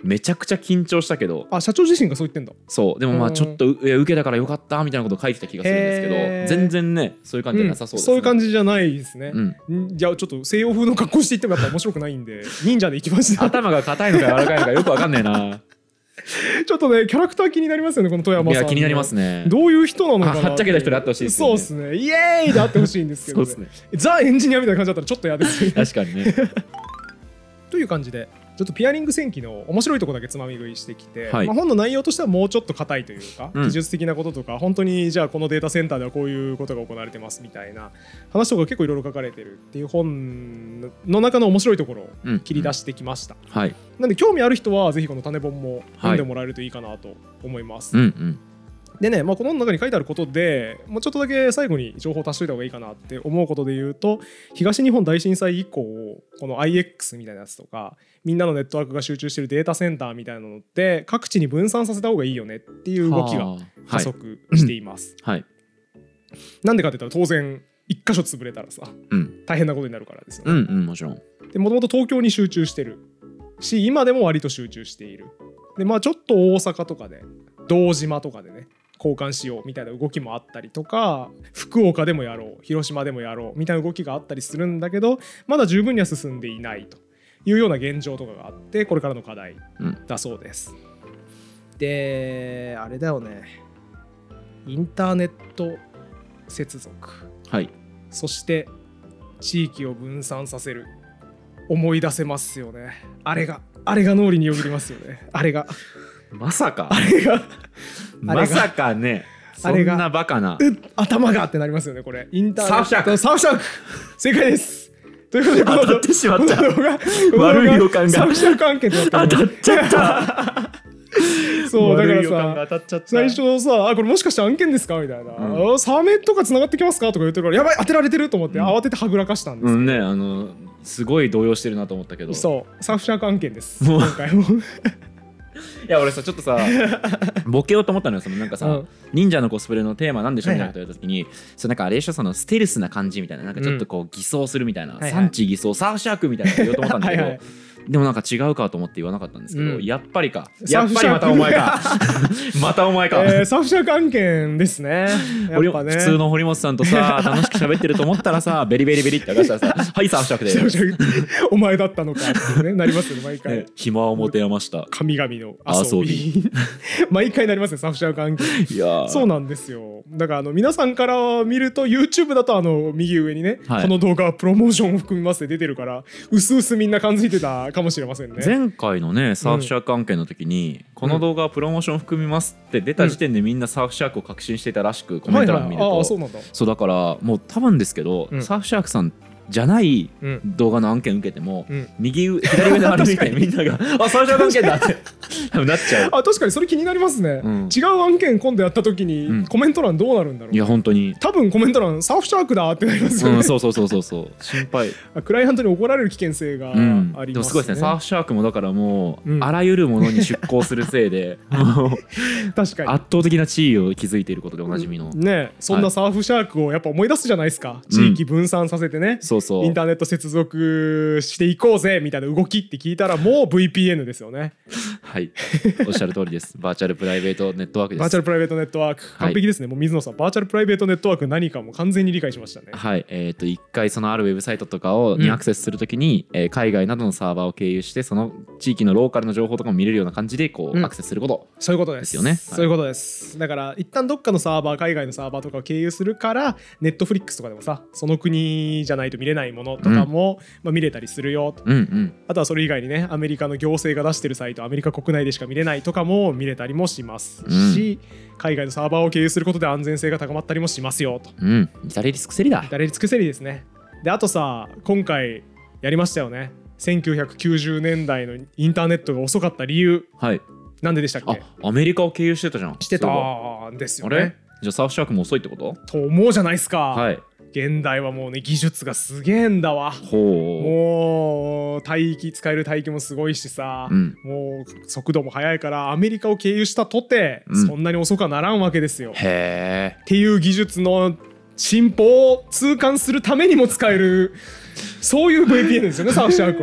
B: めちゃくちゃ緊張したけど。
A: あ、社長自身がそう言ってんだ。
B: そうでもまあちょっといや受けたからよかったみたいなことを書いてた気がするんですけど、全然ねそういう感じじゃなさそうですね、
A: うん、そういう感じじゃないですね、うん、じゃあちょっと西洋風の格好していってもやっぱ面白くないんで忍者でいきました
B: 頭が硬いのか柔らかいのかよくわかんないな
A: ちょっとねキャラクター気になりますよねこの富山さん。
B: いや気になりますね。
A: どういう人なのかな。
B: はっちゃけた人であってほしいですね。
A: そうですね、イエーイであってほしいんですけど、ね、そうですね。ザ・エンジニアみたいな感じだったらちょっと嫌ですね
B: 確かにね
A: という感じでちょっとピアリング戦記の面白いところだけつまみ食いしてきて、
B: はい、
A: まあ、本の内容としてはもうちょっと硬いというか、うん、技術的なこととか本当にじゃあこのデータセンターではこういうことが行われてますみたいな話とか結構いろいろ書かれてるっていう本の中の面白いところを切り出してきました、うんうん、はい、なんで興味ある人はぜひこの種本も読んでもらえるといいかなと思います、はい、うんうん、でね、まあ、この本の中に書いてあることでもうちょっとだけ最後に情報を足しといた方がいいかなって思うことで言うと、東日本大震災以降この アイエックス みたいなやつとかみんなのネットワークが集中しているデータセンターみたいなのって各地に分散させた方がいいよねっていう動きが加速しています、はいはい、なんでかって言ったら当然一箇所潰れたらさ、うん、大変なことになるからですよね、うんうん、もちろんでもともと東京に集中してるし今でも割と集中しているで、まあ、ちょっと大阪とかで堂島とかでね交換しようみたいな動きもあったりとか福岡でもやろう広島でもやろうみたいな動きがあったりするんだけどまだ十分には進んでいないというような現状とかがあってこれからの課題だそうです、うん、であれだよねインターネット接続、はい、そして地域を分散させる思い出せますよね。あれがあれが脳裏によぎりますよね。あれが
B: まさか
A: あれが
B: まさかねそんなバカな
A: 頭がってなりますよねこれ。インターネットサーフシャークサーフシャーク正解です。ということで
B: 当たってしまった悪い予感が
A: サーフシャーク案件となった
B: 当たっちゃった
A: そうだからさ最初さあこれもしかして案件ですかみたいな、うん、サメとかつながってきますかとか言ってるからやばい当てられてると思って慌ててはぐらかしたんです、
B: うんうんね、あのすごい動揺してるなと思ったけど
A: そうサーフシャーク案件です今回も
B: いや俺さちょっとさボケようと思ったのよ。そのなんかさ、うん、忍者のコスプレのテーマなんでしょうみたいなこと言った時に、はいはい、そうなんかあれでしょそのステルスな感じみたいななんかちょっとこう偽装するみたいな、うん、産地偽装サーフシャークみたいなこと言おうと思ったんだけどはい、はいでもなんか違うかと思って言わなかったんですけど、うん、やっぱりかやっぱりまたお前かまたお前か、
A: えー、サーフシャーク案件ですね。やっぱね
B: 普通の堀本さんとさ楽しく喋ってると思ったらさベリベリベリって出したらさはいサーフシャークで
A: お前だったのかって、ね、なりますよね毎回、ね、
B: 暇を持て余した
A: 神々の遊び毎回なりますねサーフシャーク案件。いやそうなんですよ。だからあの皆さんから見ると YouTube だとあの右上にね、はい、この動画はプロモーションを含みますって出てるからうすうすみんな感づいてたかもしれませんね。
B: 前回のねサーフシャーク案件の時に、うん、この動画はプロモーション含みますって出た時点でみんなサーフシャークを確信していたらしく、コメント欄見ると、はいはい、あそうなんだ。そうだからもう多分ですけど、うん、サーフシャークさんじゃない動画の案件受けても、うん、右上左上で歩いてみんながあサーフシャーク案件だって多分なっちゃう。
A: あ確かにそれ気になりますね、うん、違う案件今度やった時に、うん、コメント欄どうなるんだろう。
B: いや本当に多
A: 分コメント欄サーフシャークだってなりますよね、
B: うん、そうそうそうそうそう心配
A: クライアントに怒られる危険性がありますね、
B: でもすごいですね。サーフシャークもだからもう、うん、あらゆるものに出向するせいで確かに圧倒的な地位を築いていることでおなじみの、
A: うん、ねそんなサーフシャークをやっぱ思い出すじゃないですか、はい、地域分散させてね、うん、そうそうインターネット接続していこうぜみたいな動きって聞いたらもう ブイピーエヌ ですよね
B: はいおっしゃる通りですバーチャルプライベートネットワークです。
A: バーチャルプライベートネットワーク完璧ですね、はい、もう水野さんバーチャルプライベートネットワーク何かも完全に理解しましたね。
B: はいえー、と一回そのあるウェブサイトとかをにアクセスするときに、うんえー、海外などのサーバーを経由してその地域のローカルの情報とかも見れるような感じでこう、うん、アクセスすること
A: そういうことです
B: よね。
A: そういうことです。だから一旦どっかのサーバー海外のサーバーとかを経由するからネットフリックスとかでもさその国じゃないと見れないものとかも、うんまあ、見れたりするよと、うんうん、あとはそれ以外にねアメリカの行政が出してるサイトアメリカ国内でしか見れないとかも見れたりもしますし、うん、海外のサーバーを経由することで安全性が高まったりもしますよと、
B: うん、至れり尽くせりだ。
A: 至れり尽くせりですね。であとさ今回やりましたよねせんきゅうひゃくきゅうじゅうねんだいのインターネットが遅かった理由、はい、なんででしたっけ。
B: あアメリカを経由してたじゃん。
A: してたんですよね。
B: あれじゃあサーフシャークも遅いってことと
A: 思うじゃないですか、
B: はい、
A: 現代はもうね技術がすげえんだわ。ほうもう帯域使える帯域もすごいしさ、うん、もう速度も速いからアメリカを経由したとて、うん、そんなに遅くはならんわけですよ。へーっていう技術の進歩を痛感するためにも使えるそういう ブイピーエヌ ですよねサーフシャークはね。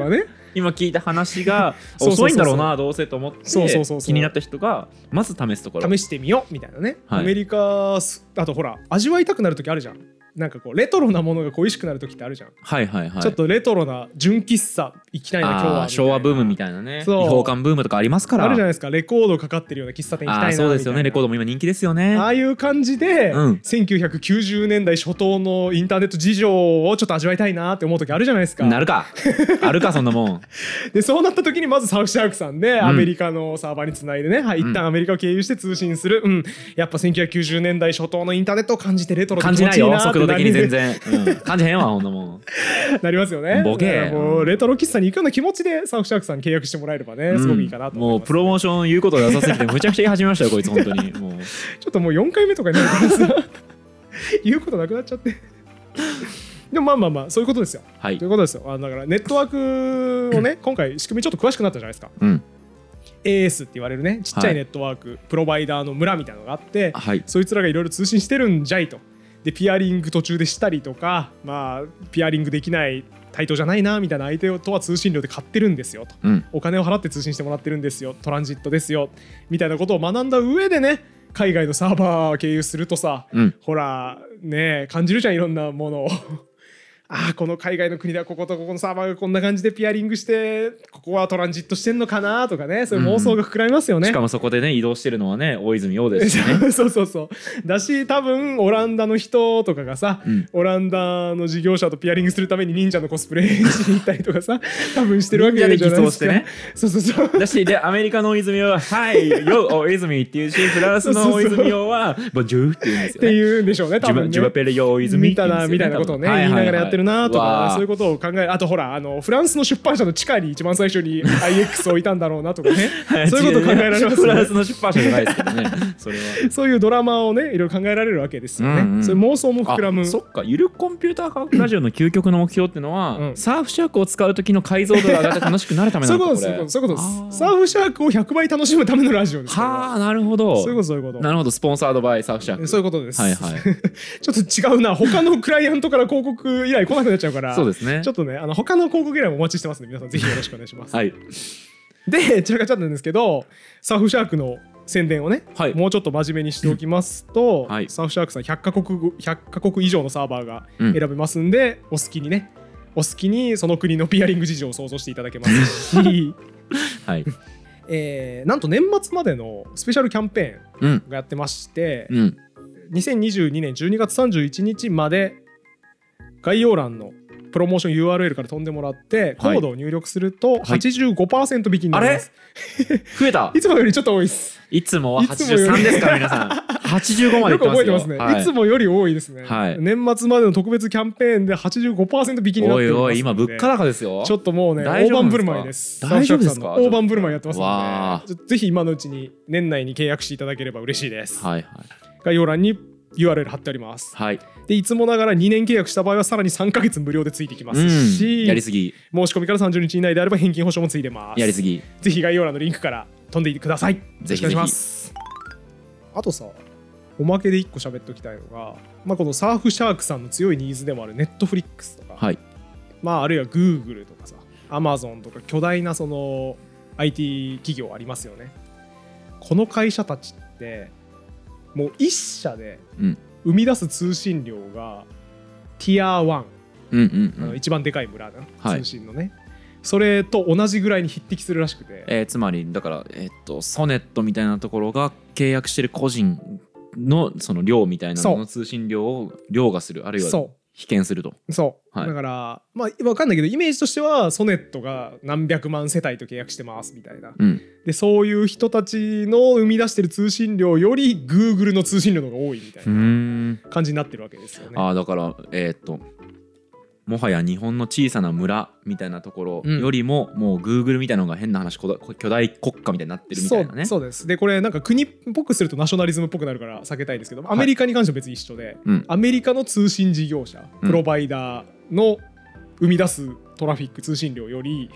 B: 今聞いた話が遅いんだろうなどうせと思って気になった人がまず試すところ
A: 試してみようみたいなね、はい、アメリカあとほら味わいたくなる時あるじゃん。なんかこうレトロなものが恋しくなる時ってあるじゃん。
B: はいはいはい。
A: ちょっとレトロな純喫茶行きたいな今日はみたいな。
B: 昭和ブームみたいなね。違法感ブームとかありますから。
A: あるじゃないですか。レコードかかってるような喫茶店行きたいなみたいな。
B: そうですよね。レコードも今人気ですよね。
A: ああいう感じで、うん、せんきゅうひゃくきゅうじゅうねんだい初頭のインターネット事情をちょっと味わいたいなって思う時あるじゃないですか。
B: なるかあるかそんなもん
A: でそうなった時にまずサウスシャークさんでアメリカのサーバーにつないでね、うん、はい、一旦アメリカを経由して通信する、うん、やっぱせんきゅうひゃくきゅうじゅうねんだい初頭のインターネットを感じてレトロで気持ちいいなって
B: 感じないよ速度的に全然うん、感じへんわほんなもん
A: なりますよね。
B: ボケ
A: もうレトロ喫茶に行くような気持ちでサーフシャークさんに契約してもらえればね、うん、すごくいいかなと思います、ね、
B: もうプロモーション言うことなさすぎてむちゃくちゃ言い始めましたよこいつ本当にもう
A: ちょっともうよんかいめとかになるからさ言うことなくなっちゃってでもまあまあまあそういうことですよ、はい、ということですよ。あだからネットワークをね今回仕組みちょっと詳しくなったじゃないですか、うん、エーエス って言われるねちっちゃいネットワーク、はい、プロバイダーの村みたいなのがあって、はい、そいつらがいろいろ通信してるんじゃいと。でピアリング途中でしたりとか、まあ、ピアリングできない対等じゃないなみたいな相手とは通信料で買ってるんですよと、うん、お金を払って通信してもらってるんですよトランジットですよみたいなことを学んだ上でね海外のサーバーを経由するとさ、うん、ほらね感じるじゃんいろんなものをああこの海外の国ではこことここのサーバーがこんな感じでピアリングしてここはトランジットしてんのかなとかねそういう妄想が膨らみますよね、うん、
B: しかもそこでね移動してるのはね大泉洋ですしね
A: そうそうそうだし多分オランダの人とかがさ、うん、オランダの事業者とピアリングするために忍者のコスプレしに行ったりとかさ多分してるわけじゃないですか。忍者で偽装してねそうそうそう
B: だしでアメリカの大泉洋ははいよ大泉っていうしフランスの大泉洋はボジューって言うんですよね
A: って言うんでしょうね多分ね
B: ジュバペレヨ大泉って言うんですよね
A: みたいなことをね、はいはいはい、言いながらやってるなとかそういうことを考えあとほらあのフランスの出版社の地下に一番最初に アイエックス を置いたんだろうなとかねそういうことを考えられますね。
B: フランスの出版社じゃないですけどねそれは
A: そういうドラマをねいろいろ考えられるわけですよね、うんうん、そういう妄想も膨らむ。
B: そっかゆるコンピューター科学ラジオの究極の目標っていうのは、うん、サーフシャークを使う時の解像度が上がって楽しくなるためなのかこれ
A: そういうことですそういうことです。サーフシャークをひゃくばい楽しむためのラジオです。
B: はあなるほど
A: そういうことそういうこと
B: なるほどスポンサードバイサーフシャーク
A: そういうことです、
B: はいはい、
A: ちょっと違うな他のクライアントから広告依頼来なくなっちゃうから
B: そうですね
A: ちょっとねあの他の広告依頼もお待ちしてますので皆さんぜひよろしくお願いしますはいでちらかちゃったんですけどサーフシャークの宣伝をね、はい、もうちょっと真面目にしておきますと、はい、サーフシャークさんひゃっかこくひゃっかこく以上のサーバーが選べますんで、うん、お好きにねお好きにその国のピアリング事情を想像していただけますし、はいえー、なんと年末までのスペシャルキャンペーンがやってまして、うん、にせんにじゅうにねんじゅうにがつさんじゅういちにちまで概要欄のプロモーション ユーアールエル から飛んでもらってコードを入力すると はちじゅうごパーセント 引きになります、
B: はい、増えた
A: いつもよりちょっと多いです
B: いつもははちじゅうさんですから皆さんはちじゅうごまでいってますよ。よく覚えてますね、
A: はい、いつもより多いですね、はい、年末までの特別キャンペーンで はちじゅうごパーセント 引きになってますので
B: おいおい今物価高ですよ
A: ちょっともうね大盤振る舞いです。
B: 大丈夫ですか
A: 大盤振る舞いやってますのでぜひ今のうちに年内に契約していただければ嬉しいです、はいはい、概要欄にユーアールエル 貼ってあります、はい、でいつもながらにねん契約した場合はさらにさんかげつ無料でついてきますし、
B: うん、やりすぎ
A: 申し込みからさんじゅうにち以内であれば返金保証もついてます。
B: やりすぎ
A: ぜひ概要欄のリンクから飛んでいてください。ぜひぜひお願いします。あとさおまけでいっこ喋っておきたいのが、まあ、このサーフシャークさんの強いニーズでもある Netflix とか、はいまあ、あるいは Google とかさ Amazon とか巨大なその アイティー 企業ありますよね。この会社たちってもう一社で生み出す通信量がティアワン、うんうんうん、あの一番でかい村の通信のね、はい、それと同じぐらいに匹敵するらしくて、
B: えー、つまりだから、えー、っとソネットみたいなところが契約してる個人のその量みたいなのの通信量を凌駕するあるいは被験すると。
A: そう、はい、だからまあ分かんないけどイメージとしてはソネットが何百万世帯と契約してますみたいな、うん、でそういう人たちの生み出してる通信量より Google の通信量の方が多いみたいな感じになってるわけですよね。
B: あだからえー、っともはや日本の小さな村みたいなところよりも、うん、もう Google みたいなのが変な話巨大国家みたいになってるみたいなね。
A: そう、そうです。でこれなんか国っぽくするとナショナリズムっぽくなるから避けたいんですけど、はい、アメリカに関しては別に一緒で、うん、アメリカの通信事業者プロバイダーの生み出すトラフィック通信量より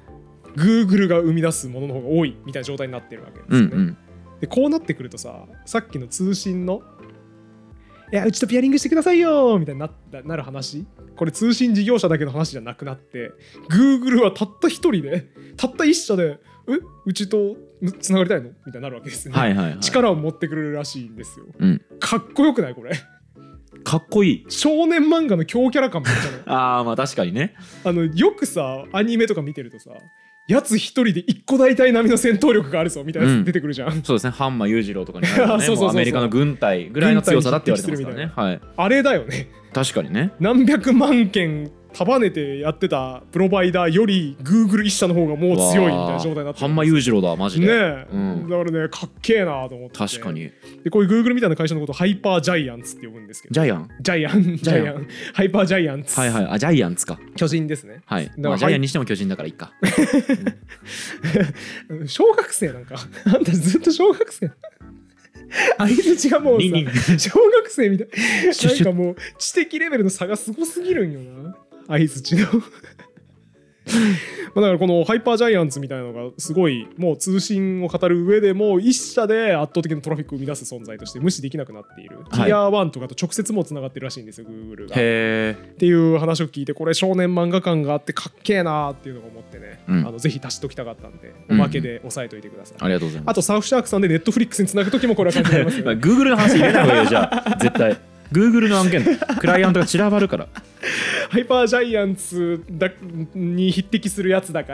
A: Google が生み出すものの方が多いみたいな状態になってるわけですよね、うんうん、でこうなってくるとささっきの通信のいやうちとピアリングしてくださいよみたいに な, なる話、これ通信事業者だけの話じゃなくなって Google はたった一人でたった一社でえうちとつながりたいのみたいになるわけですね、
B: はいはいはい、
A: 力を持ってくれるらしいんですよ、
B: うん、
A: かっこよくないこれ。
B: かっこいい
A: 少年漫画の強キャラ感もあるじゃない。
B: ああまあ確かにね。
A: あのよくさアニメとか見てるとさやつ一人で一個大隊並みの戦闘力があるぞみたいなやつ出てくるじゃん、
B: うん、そうですね。半間裕次郎とかになるとねそうそうそうそう、もうアメリカの軍隊ぐらいの強さだって言われてますからね、はい、
A: あれだよね。
B: 確かにね。
A: 何百万件束ねてやってたプロバイダーより Google 一社の方がもう強いみたいな状態になってる。
B: 半間裕次郎だマジで
A: ねえ、うん、だからねかっけえなと思って。
B: 確かに。
A: でこういう Google みたいな会社のことをハイパージャイアンツって呼ぶんですけど。
B: ジャイアン
A: ジャイアンジャイアンハイパージャイアンツ。
B: はいはい。あジャイアンツか。
A: 巨人ですね。
B: はい。だから、まあ、ジャイアンにしても巨人だからいいか、
A: うん、小学生なんかあんたずっと小学生相づちがもうさ小学生みたいなんかもう知的レベルの差がすごすぎるんよな相づちのまあだからこのハイパージャイアンツみたいなのがすごいもう通信を語る上でも一社で圧倒的なトラフィックを生み出す存在として無視できなくなっている、はい、ティアーワンとかと直接もつながってるらしいんですよ Google が。へーっていう話を聞いてこれ少年漫画感があってかっけえなーっていうのを思ってね、うん、あのぜひ足しときたかったんでおまけで押さえといてください、
B: うん、ありがとうございます。
A: あとサーフシャークさんでネットフリックスにつなぐときもこれは感じられますよ、ね、
B: Google の話入れない方がいいよじゃあ絶対Google の案件クライアントが散らばるから
A: ハイパージャイアンツだに匹敵するやつだから、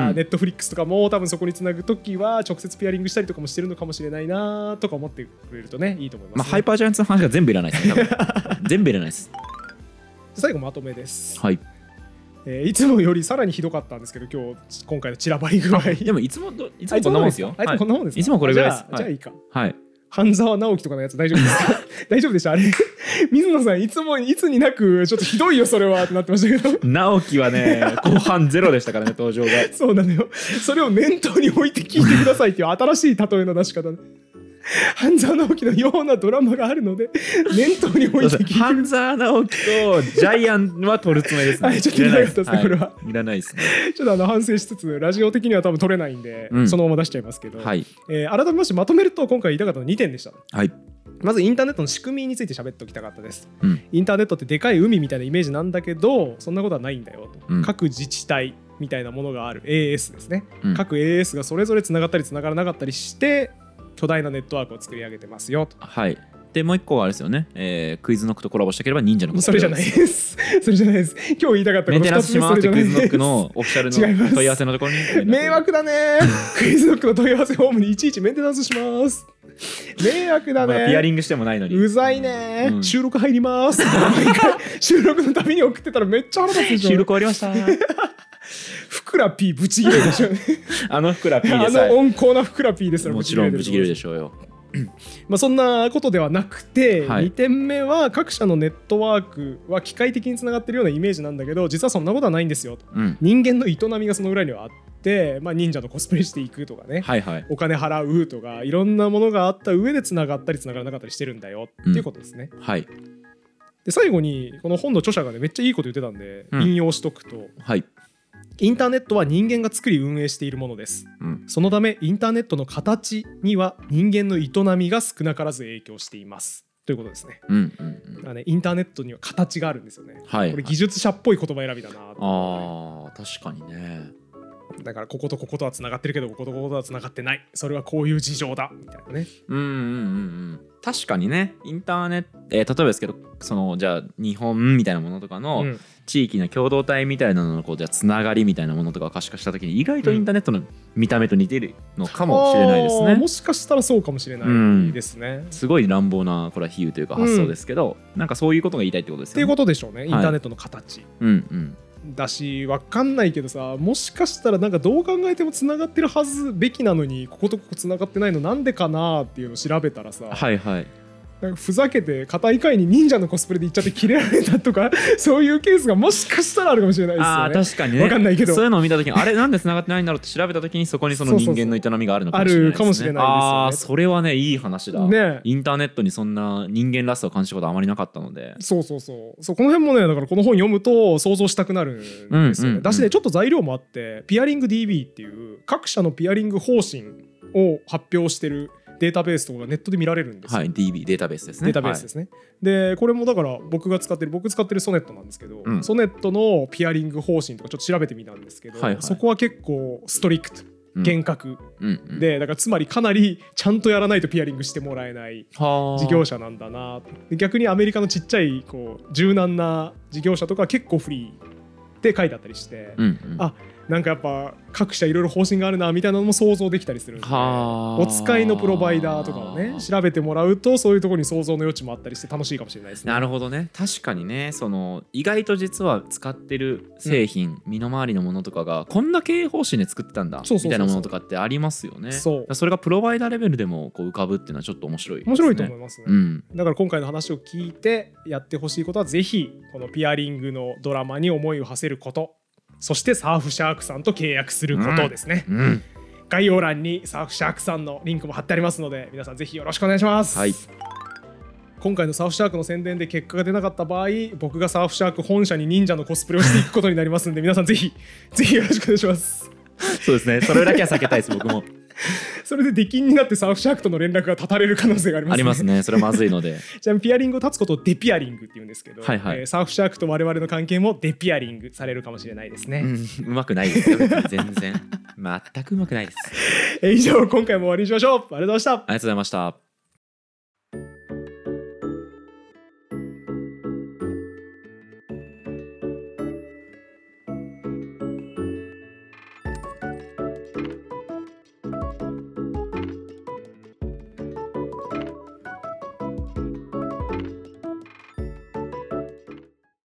A: うん、ネットフリックスとかも多分そこにつなぐときは直接ピアリングしたりとかもしてるのかもしれないなとか思ってくれるとねいいと思います、ね。まあ、
B: ハイパージャイアンツの話が全部いらないですね多分全部いらないです。
A: 最後まとめです。
B: はい、
A: えー、いつもよりさらにひどかったんですけど今日今回の散らばり具合
B: でもいつもどいつもこんなもんですよ。
A: あいつもこんなもんですか。
B: いつもこれぐらいです。
A: じゃあ、はい、じゃあいいか。
B: はい。
A: 半沢直樹とかのやつ大丈夫ですか大丈夫でしたあれ水野さんいつもいつになくちょっとひどいよそれはってなってましたけど
B: 直樹はね後半ゼロでしたからね登場が
A: そうなのよ。それを念頭に置いて聞いてくださいっていう新しい例えの出し方ね。半沢直樹のようなドラマがあるので念頭に置いて聞いてください。
B: 半沢直樹とジャイアンは取るつもりですね。
A: はい、ちょっといらなかったですね、はい、これは。
B: いらないですね。
A: ちょっとあの反省しつつラジオ的には多分取れないんで、うん、そのまま出しちゃいますけど、
B: はい
A: えー、改めましてまとめると今回言いたかったのはにてんでした。
B: はい。
A: まずインターネットの仕組みについて喋っておきたかったです、
B: うん、
A: インターネットってでかい海みたいなイメージなんだけどそんなことはないんだよと、
B: うん、
A: 各自治体みたいなものがある エーエス ですね、うん、各 エーエス がそれぞれつながったりつながらなかったりして巨大なネットワークを作り上げてますよと。
B: はい。でもう一個はあれですよね、えー、クイズノックとコラボしたければ忍者の
A: それじゃないですそれじゃないです。今日言いたかったこと
B: メンテナンスしますってクイズノックのオフィシャルの問い合わせのところに
A: 迷惑だねクイズノックの問い合わせフォームにいちいちメンテナンスします迷惑だね、
B: まあ、ピアリングしてもないのに
A: うざいね、うん、収録入ります収録のたびに送ってたらめっちゃ腹立つでしょ。
B: 収録終わりました
A: ふくら P ブチギレるでしょうね
B: あのふくら P でさ
A: あの温厚なふくら P ですら
B: もちろんブチギレるでしょうよ
A: まあそんなことではなくて、
B: はい、
A: にてんめは各社のネットワークは機械的につながってるようなイメージなんだけど実はそんなことはないんですよと、
B: うん、
A: 人間の営みがその裏にはあって、まあ、忍者のコスプレしていくとかね、
B: はいはい、
A: お金払うとかいろんなものがあった上でつながったりつながらなかったりしてるんだよっていうことですね、
B: うん、はい。
A: で最後にこの本の著者がねめっちゃいいこと言ってたんで、うん、引用しとくと、
B: はい、
A: インターネットは人間が作り運営しているものです、
B: うん、
A: そのためインターネットの形には人間の営みが少なからず影響していますということですね、
B: うんうんうん、
A: だからね、インターネットには形があるんですよね、
B: はい、
A: これ技術者っぽい言葉選びだなと、ね、
B: あ確かにね。
A: だからこことこことはつながってるけどこことこことはつながってないそれはこういう事情だみたいなね。
B: うんうんうんうん確かにねインターネット、えー、例えばですけどそのじゃあ日本みたいなものとかの地域の共同体みたいなののこうじゃあつながりみたいなものとかを可視化した時に意外とインターネットの見た目と似てるのかもしれないですね、
A: うん、もしかしたらそうかもしれないですね、
B: うん、すごい乱暴なこれは比喩というか発想ですけど、うん、なんかそういうことが言いたいってことですよね。
A: っていうことでしょうね、インターネットの形、
B: はい、うんうん
A: だし分かんないけどさもしかしたらなんかどう考えてもつながってるはずべきなのにこことここつながってないのなんでかなっていうのを調べたらさ、
B: はいはい
A: なんかふざけて片い会に忍者のコスプレで行っちゃってキレられたとかそういうケースがもしかしたらあるかもしれないですよね。
B: あ確かにね
A: 分かんないけど
B: そういうのを見た時にあれなんで繋がってないんだろうって調べた時にそこにその人間の営みがあるのかもしれないですね。
A: あるかもしれないですよね。
B: ああそれはねいい話だ、
A: ね、
B: インターネットにそんな人間らしさを感じたことあまりなかったので
A: そうそうそうそうこの辺もねだからこの本読むと想像したくなるんですよね、うんうんうん、だしねちょっと材料もあってピアリング ディービー っていう各社のピアリング方針を発表してるデータベースとかがネットで見られるんですよ。
B: はい、ディービー データベースですね。
A: データベースですね、はい、でこれもだから僕が使ってる僕使ってるソネットなんですけど、
B: うん、
A: ソネットのピアリング方針とかちょっと調べてみたんですけど、はいはい、そこは結構ストリクト厳格、うんうん、でだからつまりかなりちゃんとやらないとピアリングしてもらえない事業者なんだな。で逆にアメリカのちっちゃいこう柔軟な事業者とかは結構フリーって書いてあったりして、うんうん、あなんかやっぱ各社いろいろ方針があるなみたいなのも想像できたりするんで、お使いのプロバイダーとかをね調べてもらうとそういうところに想像の余地もあったりして楽しいかもしれないですね。
B: なるほどね。確かにね、その意外と実は使ってる製品、うん、身の回りのものとかがこんな経営方針で作ってたんだみたいなものとかってありますよね。そうそれがプロバイダーレベルでもこう浮かぶっていうのはちょっと面白いですね。
A: 面白いと思いますね、うん、だから今回の話を聞いてやってほしいことはぜひこのピアリングのドラマに思いを馳せること、そしてサーフシャークさんと契約することですね、うんうん、概要欄にサーフシャークさんのリンクも貼ってありますので皆さんぜひよろしくお願いします、はい、今回のサーフシャークの宣伝で結果が出なかった場合、僕がサーフシャーク本社に忍者のコスプレをしていくことになりますので皆さんぜひぜひよろしくお願いします。
B: そうですね、それだけは避けたいです僕も。
A: それで出禁になってサーフシャークとの連絡が絶たれる可能性がありますね。
B: ありますね、それはまずいので。
A: ちなみにピアリングを断つことをデピアリングって言うんですけど、はいはい、えー、サーフシャークと我々の関係もデピアリングされるかもしれないですね。
B: うん、うまくないですよ全然全くうまくないです。
A: えー、以上今回も終わりにしましょう。ありがとうございました。
B: ありがとうございました。